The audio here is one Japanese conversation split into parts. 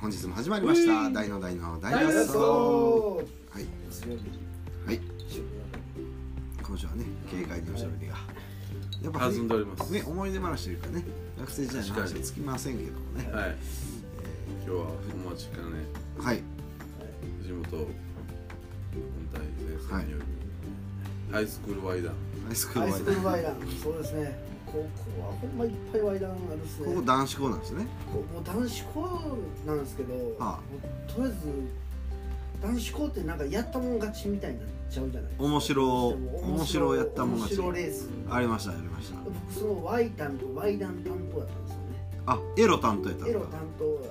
本日も始まりました大の大の大脱走。はいはい今週はね軽快におしゃべりがやっぱ弾んでおりますね、思い出話というかね学生時代の話はつきませんけどもね。 はい、今日はお待ちかねはい藤本本体先生によるハイスクールワイダンハイスクールワイダンそうですね。高校はほんまいっぱいワイダンあるっすね。 ここ男子校なんですね。 もう男子校なんですけど、もうとりあえず男子校ってなんかやったもん勝ちみたいになっちゃうじゃないですか。面白やったもん勝ち。面白レースありましたありました。 僕そのワイダン担当だったんですよね。 あ、エロ担当やったんですか。 エロ担当だって。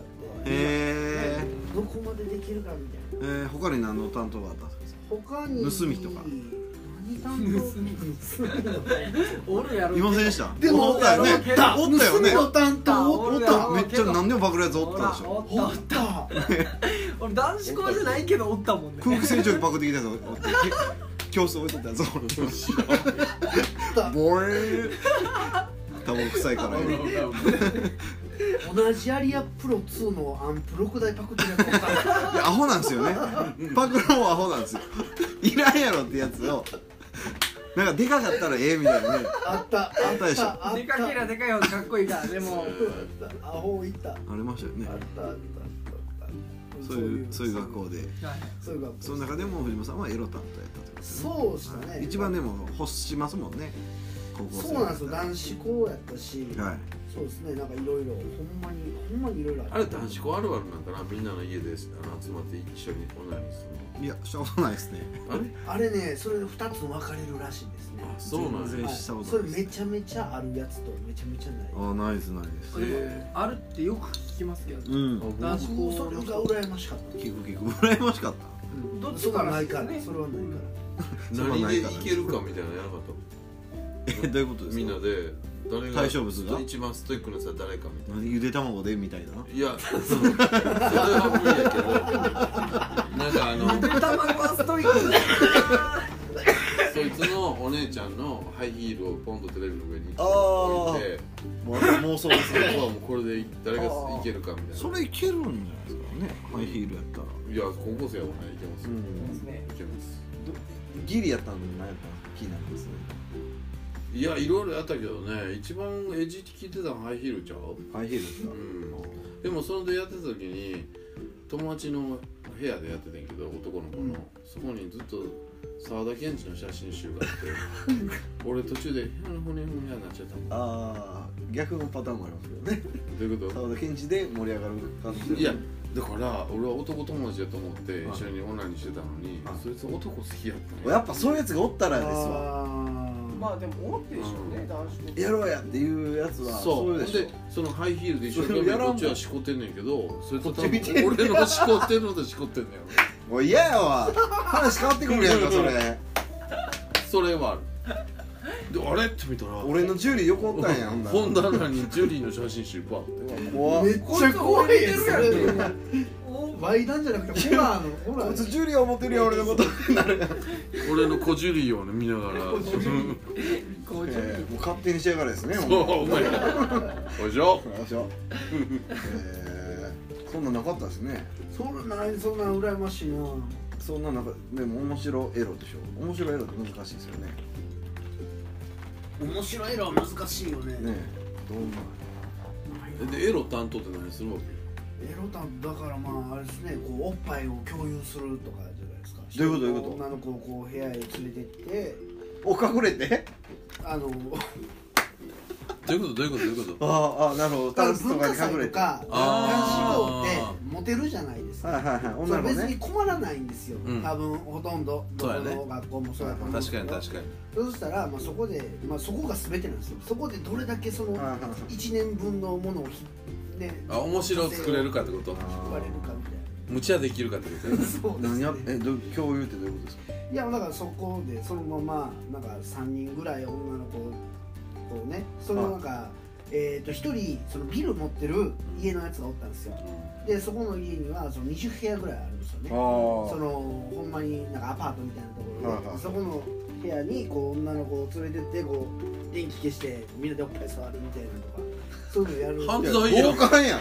へえ。 どこまでできるかみたいな。 他に何の担当があったんですか。 他に盗みとか。 おるやろ。 いませんでした。 でもおったよね。おったよね。 盗みの担当おった。 めっちゃ何でもパクるやつおったでしょ。 おった。 俺男子校じゃないけどおったもんね。 空気清浄機パクってきたやつおって教室置いとったやつおる。ボーイ。タバコ臭いからね。 同じアリアプロ2のアンプ6台パクってるやつおった。 いやアホなんですよね。パクる方アホなんですよ。いらんやろってやつをなんかでかかったらええみたいなね。 あったでしょ。 でかけりゃでかいほどかっこいいからでもアホいた。 ありましたよね。 あったそういう学校で。 そういう学校。 その中でも藤本さんはエロ担当やったってことですね。 そうしたね。 一番でも欲しますもんね。高校生。 そうなんですよ。男子校やったし。 はい。 そうですね。なんかいろいろほんまにいろいろあれ男子校あるあるなんかな。みんなの家で集まって一緒にオナニーするの。 いやしたことないですね。 あれね、それ2つ分かれるらしいですね。 あ、そうなんですね。 それめちゃめちゃあるやつとめちゃめちゃない。 あ、ないですないです。 あるってよく聞きますけど。 男子校それが羨ましかった。 聞く羨ましかった。 どっちかないから。それはないから。 何でいけるかみたいなのやらなかった。 どういうことですか。 みんなで誰が対象物が一番ストイックなやつは誰かみたいな。 ゆで卵でみたいな。 いや、それは無理やけど、なんかゆで卵はストイックだ。 そいつのお姉ちゃんのハイヒールをポンとテレビの上に置いて、 妄想ですね。 もうこれで誰がいけるかみたいな。 それいけるんじゃないですかね。ハイヒールやったら。 いや、高校生はね、いけます。いけます。 ギリやったの何やったの気になりますね。 いや、いろいろやったけどね、一番エジ聞いてたのはハイヒールちゃう？ ハイヒールですか。 でもそれでやってた時に友達の部屋でやってたんやけど、男の子の、そこにずっと沢田研二の写真集があって俺途中でふにゃになっちゃったもん。 ああ、逆のパターンもありますけどね。 どういうこと？ 沢田研二で盛り上がる感じで。 いや、だから俺は男友達だと思って一緒にオナニーしてたのに、そいつ男好きやったの。 やっぱそういうやつがおったらですわ。 まあでも思ってるでしょうね、男子校。 やろうやっていうやつはそういうでしょ。 でそのハイヒールで一生懸命こっちはしこってんねんけど、それと多分こっち見てんねん俺のしこってんのとしこってんねんよ。 もう嫌やわ。話変わってくるやんかそれ。 それはある。で、あれって見たら俺のジュリー横おったんや。 本棚にジュリーの写真集バーって怖っ。 めっちゃ怖いやつ。ワイダンじゃなくてホラーのホラー。 こいつジュリー思ってるよ俺のこと。 俺の小ジュリーをね見ながらもう勝手にしやがるですね。 そうお前おいしょそんなんなかったですね。 そんな羨ましいな。 そんな中でも面白エロでしょ。面白エロって難しいですよね。 面白いのは難しいよね。 ねえ、どんな。 でエロ担当って何するわけ？ エロ担当だからまああれですね、こうおっぱいを共有するとかじゃないですか。 どういうこと女の子をこう部屋へ連れてって隠れてどういうことああ、なるほど。 文化祭とか男子校ってモテるじゃないですか。 はいはいはい。 それ別に困らないんですよ。多分ほとんどどこそうやねの学校もそうやと思うんですけど。 確かにそうしたらそこでそこが全てなんですよ。そこでどれだけその1年分のものを面白作れるかってこと？ 言われるかみたいな。 無茶できるかってこと？ そうですね。 共有ってどういうことですか？ いやだからそこでそのままなんか3人ぐらい女の子をね、そのなんか1人そのビル持ってる家のやつがおったんですよ。でそこの家にはその20部屋ぐらいあるんですよね。そのほんまになんかアパートみたいなところで、そこの部屋にこう女の子を連れてってこう電気消してみんなでおっぱい触るみたいなとか。 そういうのやる。 犯いや罪やん強姦やん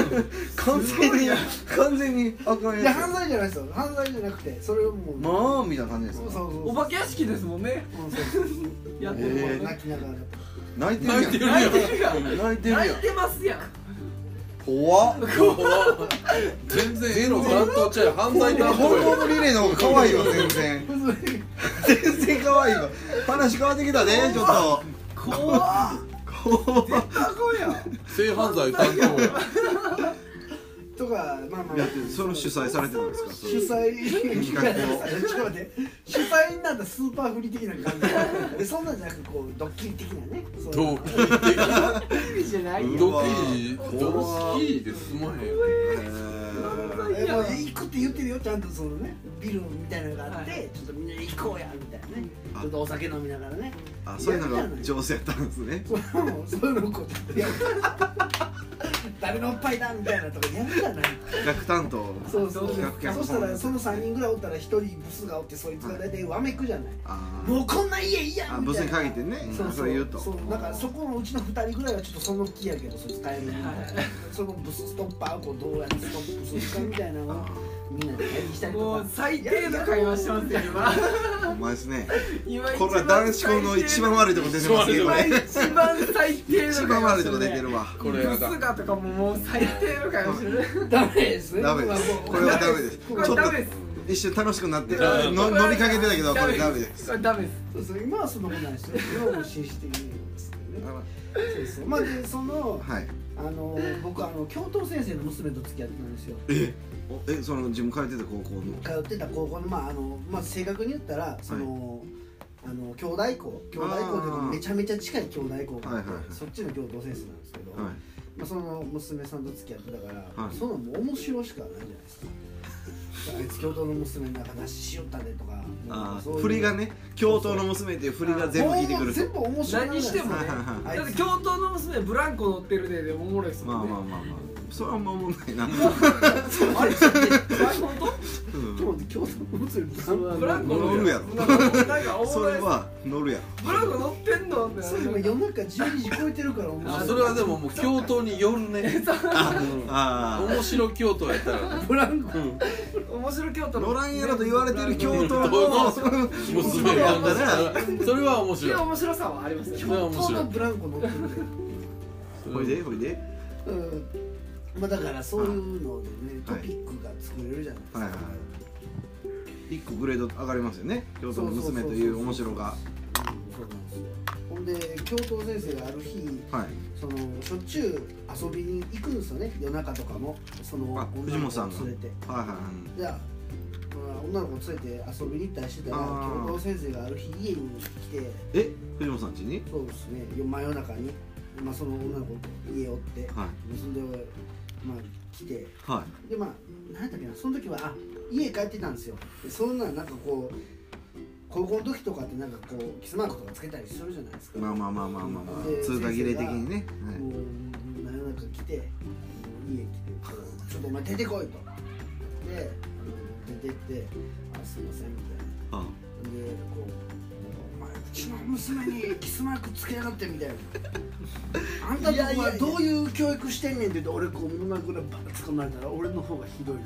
完全にあかんいや犯やつ罪じゃないですよ。犯罪じゃなくてそれをもうまあみたいな感じですかそうそうそうお化け屋敷ですもんね。やってるもんね。 泣きながら泣いてるやん泣いてる泣いてるやん。 泣いてるやん泣いてますやん。 怖っ全然エロ担当ちゃう犯罪担当本や当のリレーの方が可愛いわ全然全然可愛いわ話変わってきたねちょっと怖っ。 怖っ性犯罪担当やとかまあまあやってその主催されてたんですかそれ主催企画をちょっと待って主催になったスーパーフリ的な感じでそんなんじゃなくこうドッキリ的なねそうドッキリ意味じゃないよ。 ドッキリドッキリで済まへんもう行くって言ってるよちゃんとそのねビルみたいなのがあって、 はいちょっとみんなで行こうやみたいなねちょっとお酒飲みながらねあそういうのが上手やったんですねそういうのをこうやる誰のおっぱいだみたいなとかやるじゃない企画担当そうそう企画脚本そしたらその3人ぐらいおったら1人ブスがおってそいつが大体わめくじゃないあもうこんな家いいやあんみたいなブスに限ってねそうそれ言うとそうだからそこのうちの2人ぐらいはちょっとその気やけどそいつ帰るみたいなそのブスストッパーをこうどうやってストップするかみたいなのをみんなで会議したりとかもう最低の会話してますよ今。 お前ですね今これは男子校の一番悪いとこ出てますけどね一番最低の一会番悪いとこ話してるね。 出てるわこれやだブスがとかもう最低の会話してる。 ダメですねダメですこれはダメですこれちょっとダメです。 一瞬楽しくなってダメ乗りかけてたけどこれダメですこれダメです。 そうそう今はそんなことないですよ今はもう紳士的にですけどねそうそうまあでそのはい僕教頭先生の娘と付き合ってたんですよその自分通ってた高校の通ってた高校のまあ正確に言ったらその、兄弟校でめちゃめちゃ近い兄弟校があって、 はいはいはいそっちの教頭先生なんですけど、 はいまあ、その娘さんと付き合ってたから、 はいそのもう面白しかないじゃないですかあいつ教頭の娘なんか出ししよったねとかあそういう振りがね教頭の娘っていう振りが全部聞いてくる全部面白い何してもね。 あいつだって教頭の娘ブランコ乗ってるでおもろいですまあもんね。 まあまあまあそれはあんま思んないなあれ本うんちょっと待って教頭の娘当？ブランコ乗るやろなんかおもろいです。 それは乗るやブランコ乗ってんのってなそれ今夜中12時超えてるから面白いそれはでももう教頭によるねあ面白教頭やったらブランコ面白教頭の乗らんやろと言われてる教頭の娘やったらそれは面白い面白さはありますよ。 それは面教頭白いのブランコ乗ってるでほいでほいでうんまあだからそういうのでねトピックが作れるじゃないですか、 はいはい一個グレード上がりますよね教頭の娘という面白がそうなんですよほんで教頭先生がある日はいそのしょっちゅう遊びに行くんですよね夜中とかもそのあ藤女の子本さんがを連れてはいはいはいじゃあ、まあ、女の子連れて遊びに行ったりしてたらあー教頭先生がある日家に来て藤本さん家にそうですね真夜中に、まあ、その女の子と家おってはいそんでまあ来てはでまあ何やったっけなその時は家帰ってたんですよでそんなんなんかこう高校の時とかってなんかこうキスマークとかつけたりするじゃないですかいまあまあまあまあまあまあで通過儀礼的にねもう真夜中来て家来てこうちょっとお前出てこいとで出てってすいませんみたいなはいでこうお前うちの娘にキスマークつけやがってみたいなあんたとこはどういう教育してんねんって言って俺こう胸ぐらバッと捕まえたら俺の方がひどい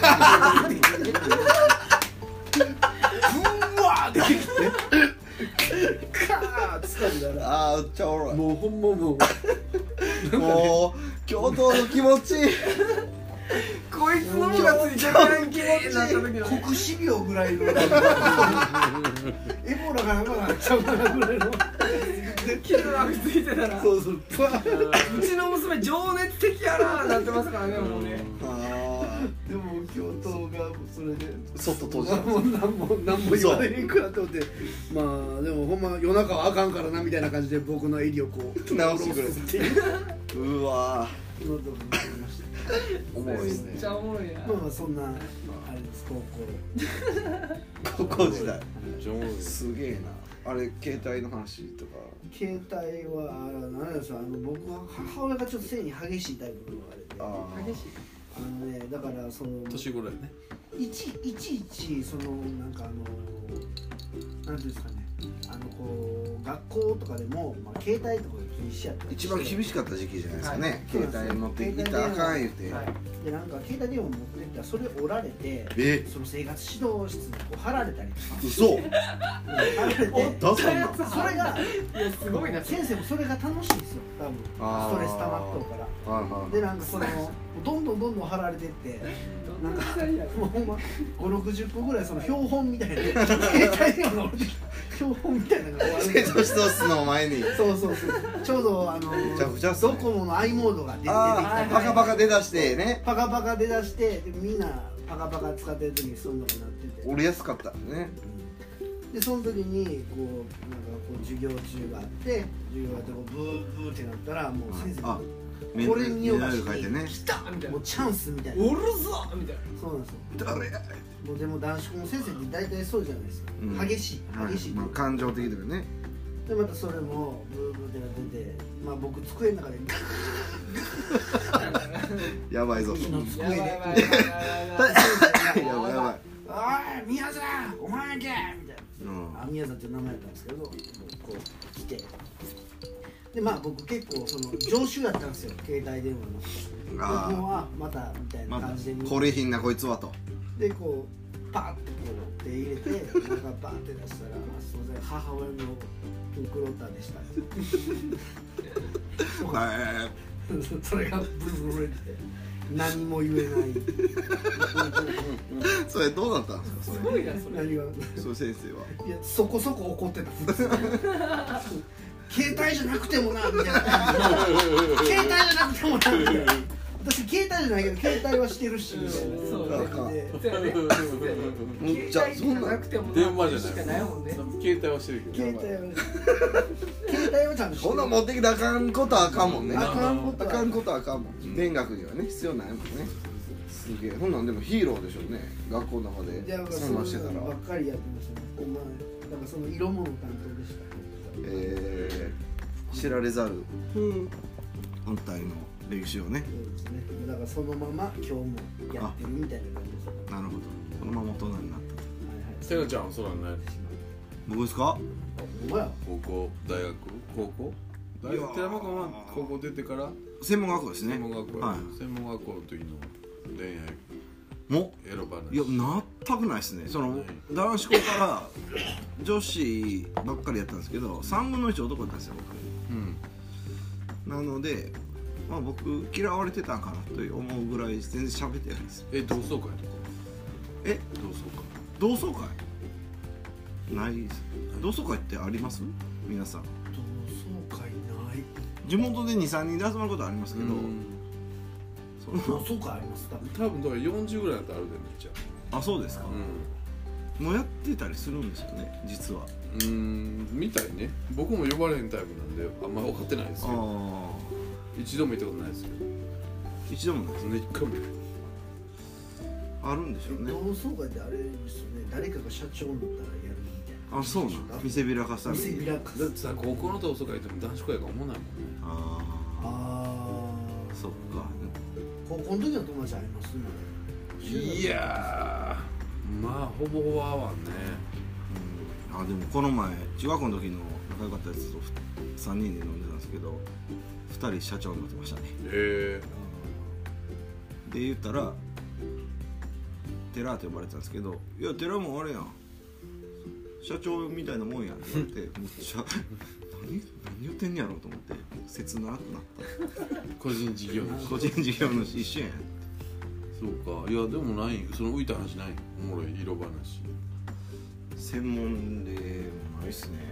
うわーってきてカーッつかんだらあーめっちゃおもろいもうほんまもうもう教頭の気持ちいいこいつの方がついてるやんけってなった時の国死病ぐらいのエボラがなんかなっちゃうかなぐらいのキルがついてたらそうそううちの娘情熱的やななってますからねもうね。 あでも教頭がそれでそっと閉じた何も言われへんくなって思ってまあでもほんま夜中はあかんからなみたいな感じで僕の襟をこう直してくれるっていううわのと思いましたおもろいですめっねちゃおもろいな。 まあまあそんなあれです高校高校時代上手すげえなあれ携帯の話とか携帯は何ですか僕は母親がちょっと性に激しいタイプのあれであ激しい。 ねだからその年頃やねいちいちそのなんかなんていうんですかねこう学校とかでも、まあ、携帯とかが禁止やったりして一番厳しかった時期じゃないですかね、 はい携帯持ってきたらあかん言うて、 はいでなんか携帯電話持ってったらそれ折られてその生活指導室にこう貼られたりとか嘘貼られてだそんなそれがいやすごいな先生もそれが楽しいんですよ多分あーストレス溜まっとるからはいはいでなんかそのどんどん貼られてってなんかもうほんま5、60個ぐらいその標本みたいな携帯電話が折れて標本みたいなのが生徒指導室の前にそうちょうどちゃくちゃっすねドコモの i モードが出てきあたあパカパカ出だしてねパカパカ出だしてでみんなパカパカ使ってる時にそんなのになってて折りやすかったねでその時にこうなんかこう授業中があって授業があってこうブーブーってなったらもう先生あがこれ見よがし書いてね来たみたいなもうチャンスみたいなおるぞみたいなそうなんですよ誰やもうでも男子校の先生って大体そうじゃないですか、 うん激しいまあ感情的だよねでまたそれもブーブーってなっててまあ僕机の中でやばいぞ木の机でやばいやばいやばいやばいやばいやばいおい宮沢お前けみたいなうんあ宮沢っていう名前だったんですけどこう来てでまあ僕結構その常習だったんですよ携帯電話のあもうまたみたいなまだ感じで見てこれ品なこいつはとでこうパッてこう手入れてなんかバーって出したら「すいません母親のピンクローターでした」それがブルブルって何も言えないそれどうなったんですかそすれごいなそれ何がそれ先生はいやそこそこ怒ってた普通携帯じゃなくてもなみたいな携帯じゃなくてもなみたいな私携帯じゃないけど携帯はしてるしみたいなそうだ感じでそうやねむっちゃ携帯じゃなくても電話じゃしかないないもんね携帯はしてるけど携帯はちゃんとしてるこんなん持ってきたらあかんことはあかんもんねあかんことはあかんことはあかんもん勉学にはね必要ないもんねすげえほんなんでもヒーローでしょうね学校の中でいやそんなんしてたらばっかりやってましたねほんまだからその色物担当でした知られざる本体の歴史をねそうですねだからそのまま今日もやってるみたいな感じですよなるほどこのまま大人になったはいはいせなちゃんはそうなんない僕ですかほんまや高校大学高校大学寺山君は高校出てから専門学校ですね専門学校やは専門学校の時の恋愛いもエロ話いや全くないですねその男子校から女子ばっかりやったんですけど3分の1男だったんですようん僕なのでまあ僕嫌われてたんかなと思うぐらい全然喋ってないです同窓会とかえ同窓会同窓会ないです同窓会ってあります皆さん同窓会ない地元で 2,3 人で集まることありますけど、その同窓会あります多分多分だから40ぐらいだったらあるでめっちゃあそうですか、もうやってたりするんですよね実はみたいね僕も呼ばれへんタイプなんであんま分かってないですけどあ一度も行ったことないですけど一度もないですね一回もあるんでしょうね同窓会ってあれですよね誰かが社長になったらやるみたいなあそうなん見せびらかされて見せびらかだってさ高校の同窓会でも男子会が思わないもんねあああそっか高校の時の友達ありますいやーまあほぼほぼ合わんねあでもこの前中学校の時の仲良かったやつと3人で飲んでたんですけど2人社長になってましたねで言ったら寺って呼ばれてたんですけど「いや寺もあれやん社長みたいなもんやん」って言われてめっちゃ何言ってんやろうと思って切なくなった個人事業主個人事業主一緒やんそうかいやでもないその浮いた話ないおもろい色話専門でもないっすね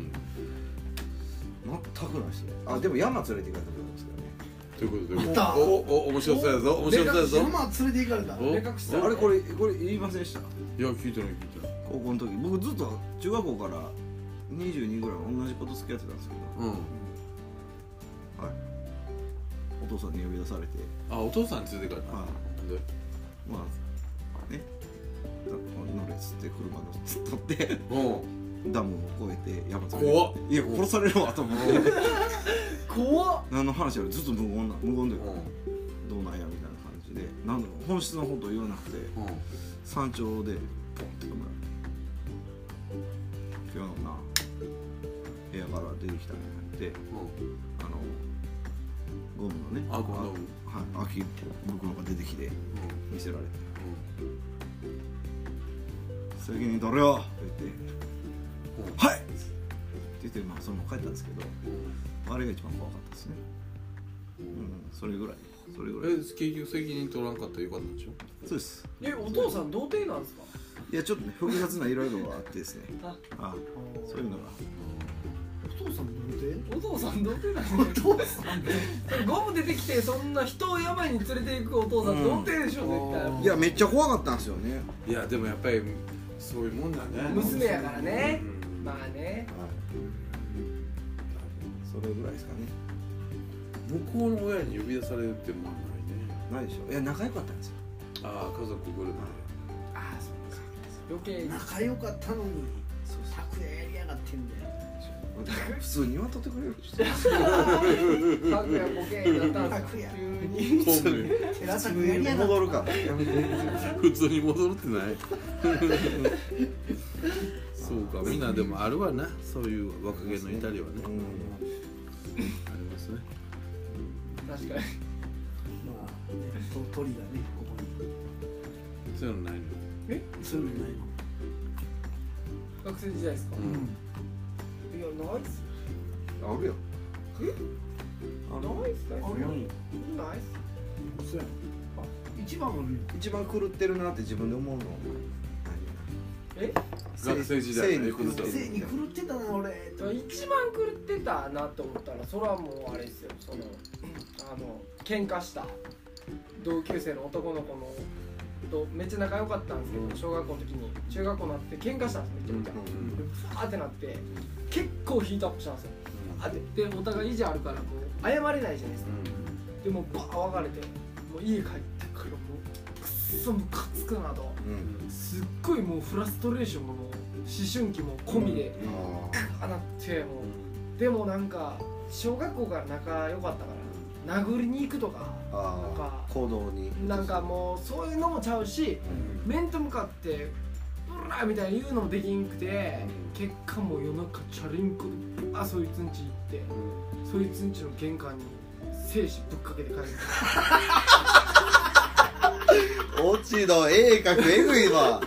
全くないっすねあでも山連れて行かれたことですからねということでまたお面白そうやぞ面白そうやぞ山連れて行かれたお目隠したあれこれ言いませんでしたいや聞いてない聞いてない高校の時僕ずっと中学校から22ぐらい同じこと付き合ってたんですけど、 うんはい、お父さんに呼び出されてあお父さんに連れてかれたはいでまあね乗れっつって車乗ってうんダムを越えて山連れて怖っいや殺されるわと思って怖っ何の話よりずっと無言でどうなんやみたいな感じでなんだろう本質のことを言わなくてうん山頂でポンって止められて今日のなから出てきたんやってゴムのねゴムの空き袋が出てきて見せられて「責任取れよ!」って言って「はい!」って言ってそのまま帰ったんですけどあれが一番怖かったですね。それぐらい結局責任取らんかったらよかったんでしょ。 そうです。 お父さん童貞なんですか？ いやちょっとね複雑ないろいろがあってですねそういうのがお父さん童貞？ お父さん童貞なんですか？お父さんゴム出てきてそんな人を山に連れて行くお父さん童貞でしょ絶対。 いやめっちゃ怖かったんですよね。 いやでもやっぱりそういうもんだね。 娘やからね。まあね。 それぐらいですかね。 向こうの親に呼び出されるってもんないね。 ないでしょ。いや仲良かったんですよ。 ああ家族ぐるみで。 ああそうです余計仲良かったのに拓也やりやがってんだよ。 普通に言わんとってくれるし。 拓也ボケになったんですよ急に。 寺作やりやがって戻るから。 普通に戻るってないそうかみんなでもあるわなそういう若気の至りはね、ありますね。 確かに。 まあ鳥がねここにそういうのないの。 そういうのないの。 学生時代ですか？いやないっす。 あるよ。 ないっすね。 あるよ。 ないっす。 そうや一番あるよ。 一番狂ってるなって自分で思うの。 え？ 学生時代性に狂ってる。 性に狂ってたな俺。 一番狂ってたなって思ったらそれはもうあれですよ喧嘩した同級生の男の子のとめっちゃ仲良かったんですけど小学校の時に中学校になって喧嘩したんですめちゃめちゃでファーってなって結構ヒートアップしたんですよでお互い意地あるからもう謝れないじゃないですかでもバー別れてもう家帰ってからもうくっそムカつくなとすっごいもうフラストレーションがもう思春期も込みでなってもうでもなんか小学校から仲良かったから殴りに行くとかなんか行動になんかもうそういうのもちゃうし面と向かってうらーみたいに言うのもできんくて結果もう夜中チャリンコでそいつんち行ってそいつんちの玄関に精子ぶっかけて帰るオチの絵描くえぐいわ。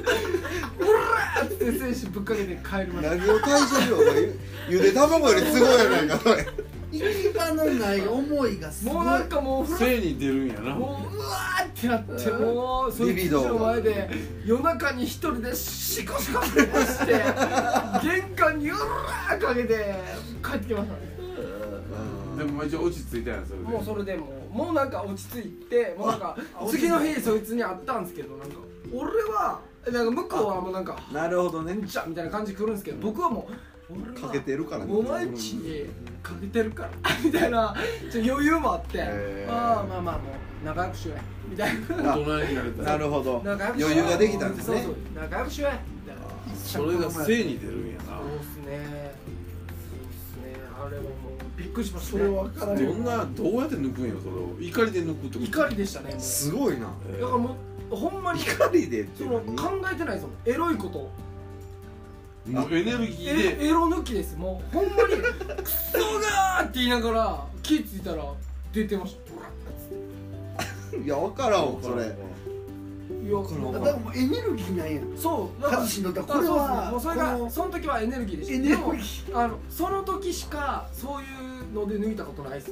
って精子ぶっかけて帰りました。 何を対処しようゆで卵よりすごいやないかそれ。 行き場のない思いがすごい。 もうなんかもう性に出るんやな。 もううわーってなってもうそいつの前で夜中に一人でシコシコして玄関にうわーかけて帰ってきましたね。 でも一応落ち着いたやんそれで。 もうそれでもうなんか落ち着いてもうなんか次の日そいつに会ったんですけどなんか俺はなんか向こうはもうなんかなるほどね。 じゃみたいな感じで来るんですけど僕はもう俺はかけてるからね。 お前んちにかけてるからみたいなちょっと余裕もあってまあもう仲良くしようやみたいな大人になれた。 なるほど。 仲良くしよう余裕ができたんですね。 そう仲良くしようやみたいなそれが性に出るんやな。 そうっすねあれはもうびっくりしましたそねれ分からんどんなどうやって抜くんよそれを。怒りで抜くってこと。 怒りでしたねもうすごいな。 だからもうほんまに怒りでってその考えてないですもんエロいこともうエネルギーで。 エロ抜きですもうほんまにクソがーって言いながら気ぃついたら出てましたいや分からんそれ。 いやだからもうエネルギーなんや。 そうだから勝新のこれはもうそれがその時はエネルギーでしたエネルギでもーその時しかそういうので抜いたことないです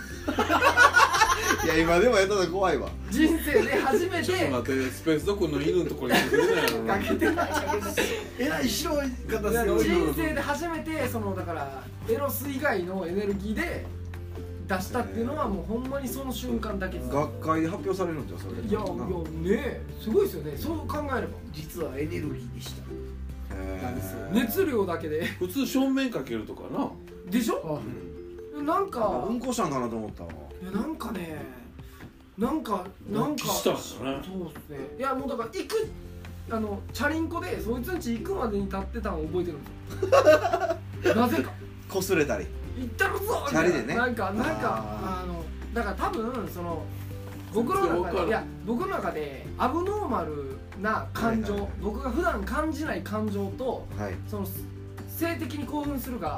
いや今でもやったら怖いわ。 人生で初めちょっとて待ってスペースドッグの犬のところに出てないやろな。 かけてないかけてないえらい白い方いやですよ。 人生で初めてそのだからエロス以外のエネルギーで出したっていうのはもうほんまにその瞬間だけです学会で発表されるんじゃそれ。 いやねすごいですよねそう考えれば実はエネルギーでした。 熱量だけで普通正面かけるとかな。 でしょなんかうんこしたんかなと思ったわ。 いやなんかねなんかしたんだね。 そうですねいやもうだから行くチャリンコでそいつんち行くまでに立ってたのを覚えてるんですよなぜか擦れたり。 行ったるぞチャリでねなんかだから多分その僕の中でアブノーマルな感情、僕が普段感じない感情とはい。 その性的に興奮するが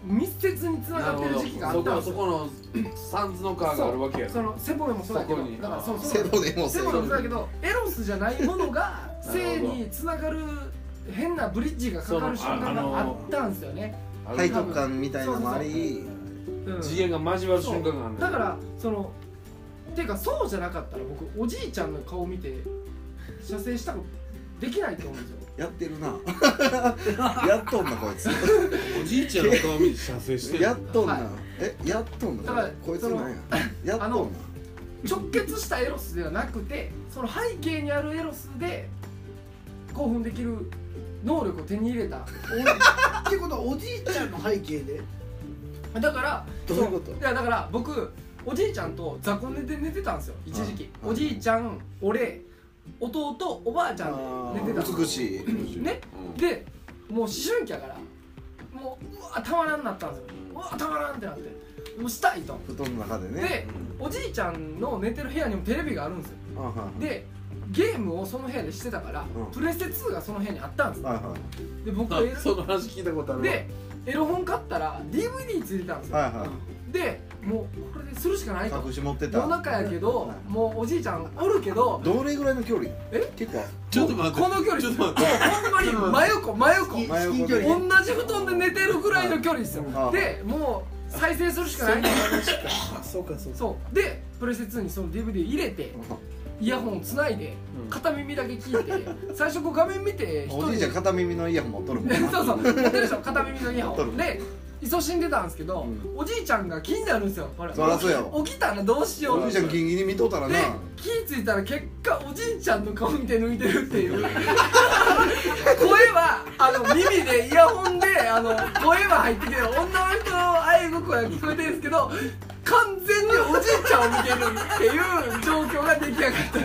密接につながってる時期があったんですよ。 そこのサンズの川があるわけや。 そのセボでもそうだけど、 そこにだからそうセボでもセボでもそうだけど、エロスじゃないものが性につながる変なブリッジがかかる瞬間があったんですよね。 背徳感みたいなのもあり、 次元が交わる瞬間があるんだからそのていうかそうじゃなかったら僕おじいちゃんの顔見て射精したことできないと思うんですよ。 やってるなやっとんなこいつおじいちゃんの顔見て射精してる。 やっとんな、 はいやっとんなだからこいつなんややっとんな直結したエロスではなくて、その背景にあるエロスで興奮できる能力を手に入れた。 ってことはおじいちゃんの背景でだからどういうこといやだから僕おじいちゃんと雑魚寝で寝てたんですよ一時期。 はいおじいちゃん、俺、弟、おばあちゃんで寝てたんですよ。 美しいね、でもう思春期やからもううわたまらんなったんですよ。うわたまらんってなってもうしたいと。 布団の中でねで、おじいちゃんの寝てる部屋にもテレビがあるんですよ。 あはいはいでゲームをその部屋でしてたから、 うんプレステ2がその部屋にあったんですよ。 はいはいで僕その話聞いたことあるわ。 でエロ本買ったら DVD ついてたんですよ。 はいはいでもうこれでするしかないと。 隠し持ってた夜中やけど、 はいもうおじいちゃんおるけど、 どれぐらいの距離え結構ちょっと待って。 この距離ちょっと待って。 ほんまに真横真横真横近距離同じ布団で寝てるぐらいの距離ですよ。 はいでもう再生するしかない。 そうかそうかそうでプレステ2にその DVD 入れてイヤホンつないで片耳だけ聞いて、最初こう画面見て一人おじいちゃん片耳のイヤホン持っとるもんそうそう持ってるでしょ片耳のイヤホ持っとるンで勤しんでたんですけど、 うんおじいちゃんが気になるんですよ。ほらそらそうやわ起きたらどうしようおじいちゃんギンギンに見とったらなで気ぃ付いたら結果おじいちゃんの顔見て抜いてるっていう声は耳でイヤホンで声は入ってきて女の人の愛心が聞こえてるんですけど完全におじいちゃんを見てるっていう状況が出来上がった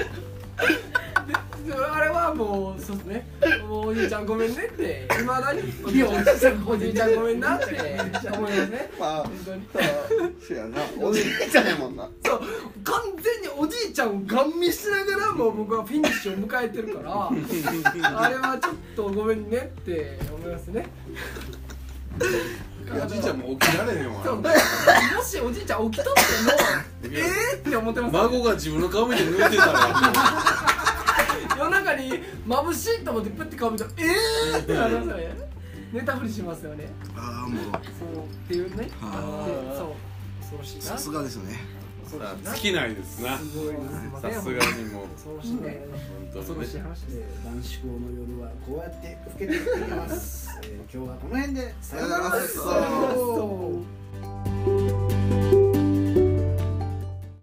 であれはもうそうですねもうおじいちゃんごめんねっていまだにおじいちゃんごめんなって思いますねまあ本当にそうやなおじいちゃんやもんなそう完全におじいちゃんをガン見しながらも僕はフィニッシュを迎えてるからあれはちょっとごめんねって思いますねおじいちゃんも起きられへんわ。 そうもしおじいちゃん起きとってもって思ってます、ね、 孫が自分の顔見て抜いてたら夜中に眩しいと思ってプッて顔見たらってなりますよね寝たふりしますよねああもうそうっていうねはそう恐ろしいなさすがですね恐ろしいな尽きないですな。 すごいなさすがにもう恐ろしいね本当にね。 恐ろしい話です男子校の夜はこうやって更けていきます、今日はこの辺でさよならさよならそう